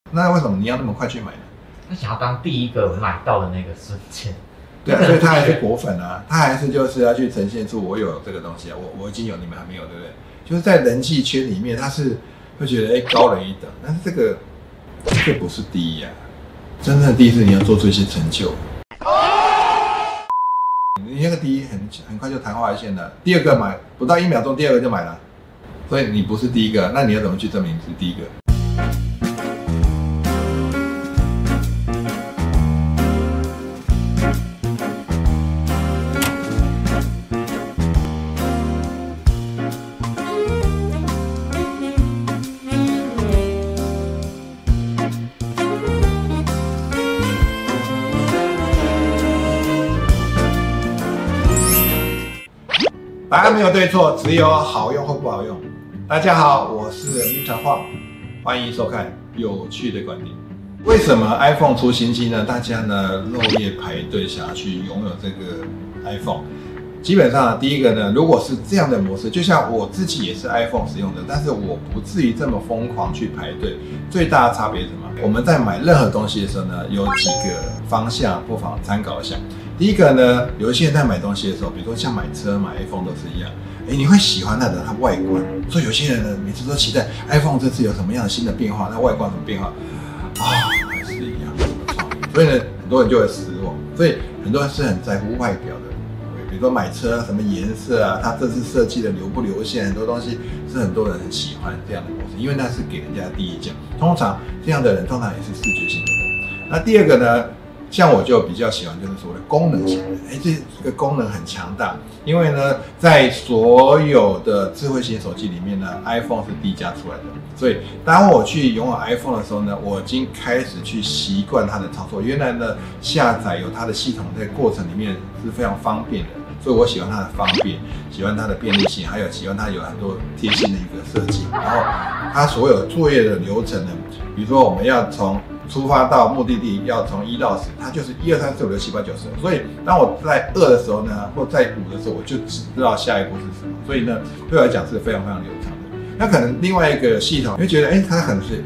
那为什么你要那么快去买呢？ 他想要当第一个买到的那个瞬间。 对啊，所以他还是果粉啊，他还是就是要去呈现出我有这个东西啊，我已经有，你们还没有，对不对？就是在人气圈里面，他是会觉得高人一等，但是这个不是第一啊，真正的第一是你要做出一些成就。你那个第一很快就昙花一现了，第二个买不到1秒钟，第二个就买了，所以你不是第一个，那你要怎么去证明你是第一个？答案没有对错，只有好用或不好用。大家好，我是明成晃，欢迎收看有趣的观点。为什么 iPhone 出新机呢？大家呢漏夜排队想要去拥有这个 iPhone。基本上第一个呢，如果是这样的模式，就像我自己也是 iPhone 使用者，但是我不至于这么疯狂去排队。最大的差别是什么？我们在买任何东西的时候呢，有几个方向不妨参考一下。第一个呢，有一些人在买东西的时候，比如说像买车、买 iPhone 都是一样，你会喜欢它外观，所以有些人呢，每次都期待 iPhone 这次有什么样的新的变化，那外观什么变化还是一样，所以呢，很多人就会失望。所以很多人是很在乎外表的，比如说买车什么颜色啊，它这次设计的流不流线，很多东西是很多人很喜欢这样的模式，因为那是给人家第一奖。通常这样的人通常也是视觉型的人。那第二个呢？像我就比较喜欢就是所谓的功能型的，这个功能很强大，因为呢，在所有的智慧型手机里面呢 ，iPhone 是第一家出来的，所以当我去拥有 iPhone 的时候呢，我已经开始去习惯它的操作。原来呢，下载有它的系统在过程里面是非常方便的，所以我喜欢它的方便，喜欢它的便利性，还有喜欢它有很多贴心的一个设计。然后它所有作业的流程呢，比如说我们要从出发到目的地要从1到10，它就是1、2、3、4、5、6、7、8、9、10。所以当我在2的时候呢，或在5的时候，我就知道下一步是什么。所以呢，对我来讲是非常非常流畅的。那可能另外一个系统，你会觉得，它可能是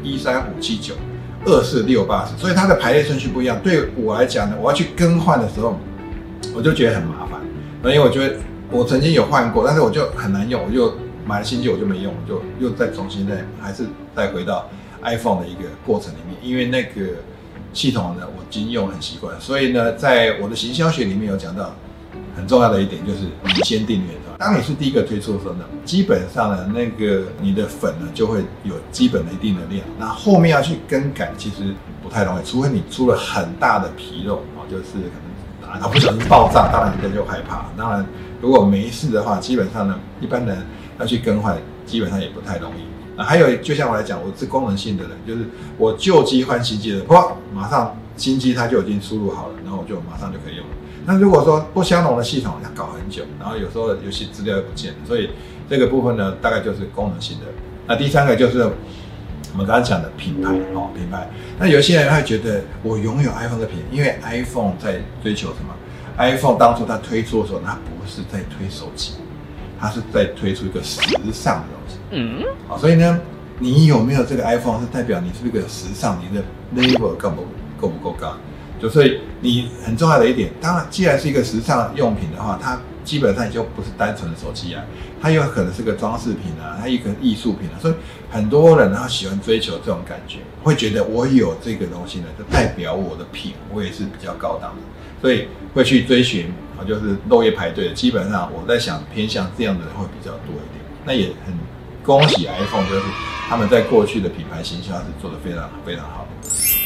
1、3、5、7、9、2、4、6、8、10，所以它的排列顺序不一样。对我来讲呢，我要去更换的时候，我就觉得很麻烦。因为我觉得我曾经有换过，但是我就很难用，我就买了新机我就没用，我就又再重新还是再回到iPhone 的一个过程里面，因为那个系统呢，我已经用很习惯，所以呢，在我的行销学里面有讲到很重要的一点，就是你先订阅。当你是第一个推出的时候呢，基本上呢，那个你的粉呢就会有基本的一定的量，那后面要去更改其实不太容易，除非你出了很大的纰漏就是可能它不小心爆炸，当然人家就害怕。当然，如果没事的话，基本上呢，一般人要去更换，基本上也不太容易。还有，就像我来讲，我是功能性的人，就是我旧机换新机的，马上新机它就已经输入好了，然后我就马上就可以用了。那如果说不相容的系统要搞很久，然后有时候有些资料又不见了，所以这个部分呢，大概就是功能性的。那第三个就是我们刚刚讲的品牌，品牌。那有些人会觉得我拥有 iPhone 的品牌，因为 iPhone 在追求什么 ？iPhone 当初它推出的时候，它不是在推手机，它是在推出一个时尚的东西。所以呢，你有没有这个 iPhone 是代表你是一个时尚，你的 level 够不够高？所以你很重要的一点，当然，既然是一个时尚用品的话，它基本上也就不是单纯的手机啊，它有可能是个装饰品啊，它一个艺术品啊，所以很多人他喜欢追求这种感觉，会觉得我有这个东西呢，就代表我的品味是比较高档的，所以会去追寻，就是漏夜排队的。基本上我在想，偏向这样的人会比较多一点。那也很恭喜 iPhone， 就是他们在过去的品牌行销是做得非常非常好的。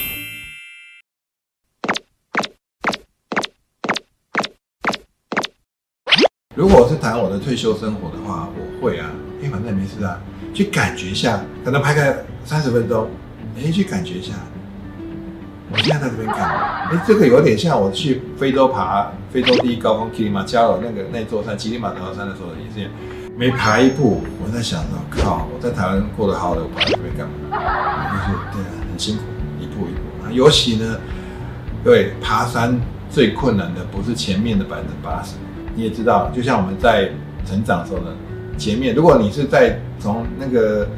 如果是谈我的退休生活的话，我会反正没事去感觉一下，可能拍个30分钟，去感觉一下。我现在在这边看，这个有点像我去非洲爬非洲第一高峰吉力马扎罗那座山吉力马扎罗山的时候也是，每爬一步，我在想靠，我在台湾过得好的，我爬这边干嘛？就是对很辛苦，一步一步。尤其呢，对爬山最困难的不是前面的80%。你也知道，就像我们在成长的时候呢，前面如果你是在从那个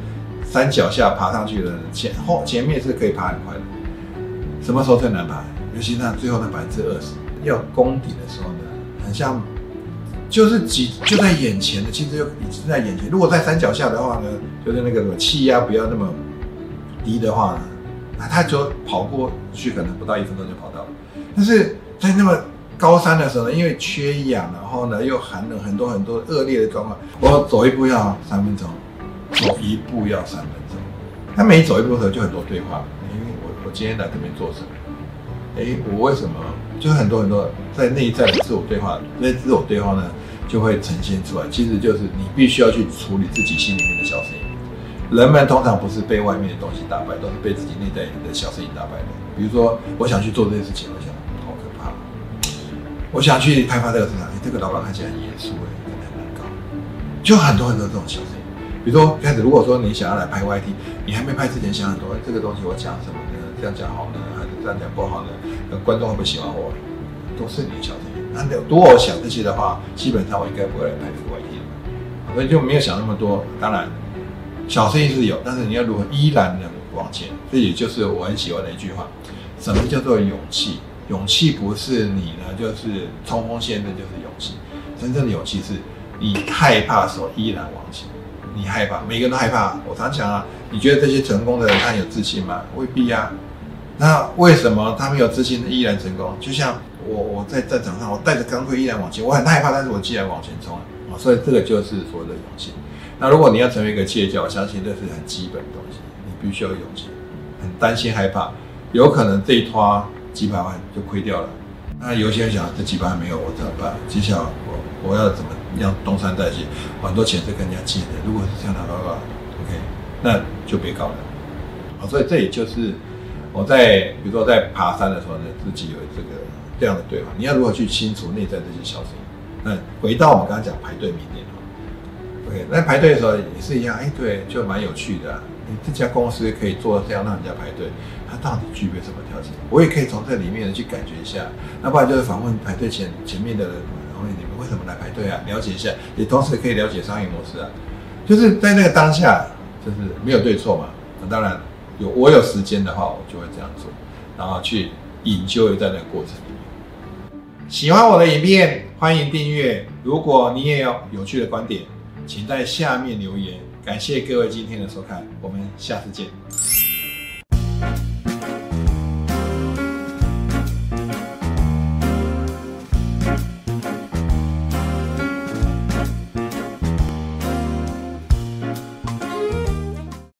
山脚下爬上去的人，前面是可以爬很快的。什么时候最难爬？尤其那最后那20%，要攻顶的时候呢，很像就是就在眼前的，其实就已经在眼前。如果在山脚下的话呢，就是那个气压不要那么低的话呢，他就跑过去可能不到1分钟就跑到了。但是在那么高山的时候呢，因为缺氧，然后呢又寒冷，很多恶劣的状况，我走一步要3分钟，走一步要3分钟。他每走一步的时候就很多对话，我今天来这边做什么？我为什么？就是很多在内在的自我对话，那自我对话呢就会呈现出来。其实就是你必须要去处理自己心里面的小声音。人们通常不是被外面的东西打败，都是被自己内在的小声音打败的。比如说，我想去做这件事情，我想好可怕。我想去开发这个市场，这个老板看起来很严肃，很难搞。就很多这种小声音。比如说，开始如果说你想要来拍 YT， 你还没拍之前想很多，这个东西我讲什么呢？这样讲好呢，还是这样讲不好呢？观众会不会喜欢我？都是你的小声音。那如果我想这些的话，基本上我应该不会来拍这个 YT 的，所以就没有想那么多。当然，小声音是有，但是你要如何依然能往前？这也就是我很喜欢的一句话：什么叫做勇气？勇气不是你呢，就是冲锋陷阵，就是勇气。真正的勇气是你害怕的时候依然往前。你害怕，每个人都害怕。我常讲啊，你觉得这些成功的人他有自信吗？未必啊。那为什么他们有自信依然成功？就像我在战场上，我带着钢盔依然往前，我很害怕，但是我既然往前冲啊，所以这个就是所谓的勇气。那如果你要成为一个企业家，我相信这是很基本的东西，你必须要有勇气。很担心害怕，有可能这一拖几百万就亏掉了。那有些人想，这几百万没有我怎么办？接下来我要怎么样东山再起？很多钱是跟人家借的，如果是这样的话 ，OK， 那就别搞了。好，所以这也就是我在比如说在爬山的时候呢，自己有这样的对话。你要如何去清除内在这些小声音？那回到我们刚刚讲排队明年，OK， 那排队的时候也是一样，对，就蛮有趣的。你这家公司可以做这样让人家排队，它到底具备什么条件？我也可以从这里面去感觉一下。那不然就是访问排队前面的人。你们为什么来排队啊？了解一下，也同时可以了解商业模式啊。就是在那个当下，就是没有对错嘛。那当然我有时间的话，我就会这样做，然后去研究在那个过程里面。喜欢我的影片，欢迎订阅。如果你也有有趣的观点，请在下面留言。感谢各位今天的收看，我们下次见。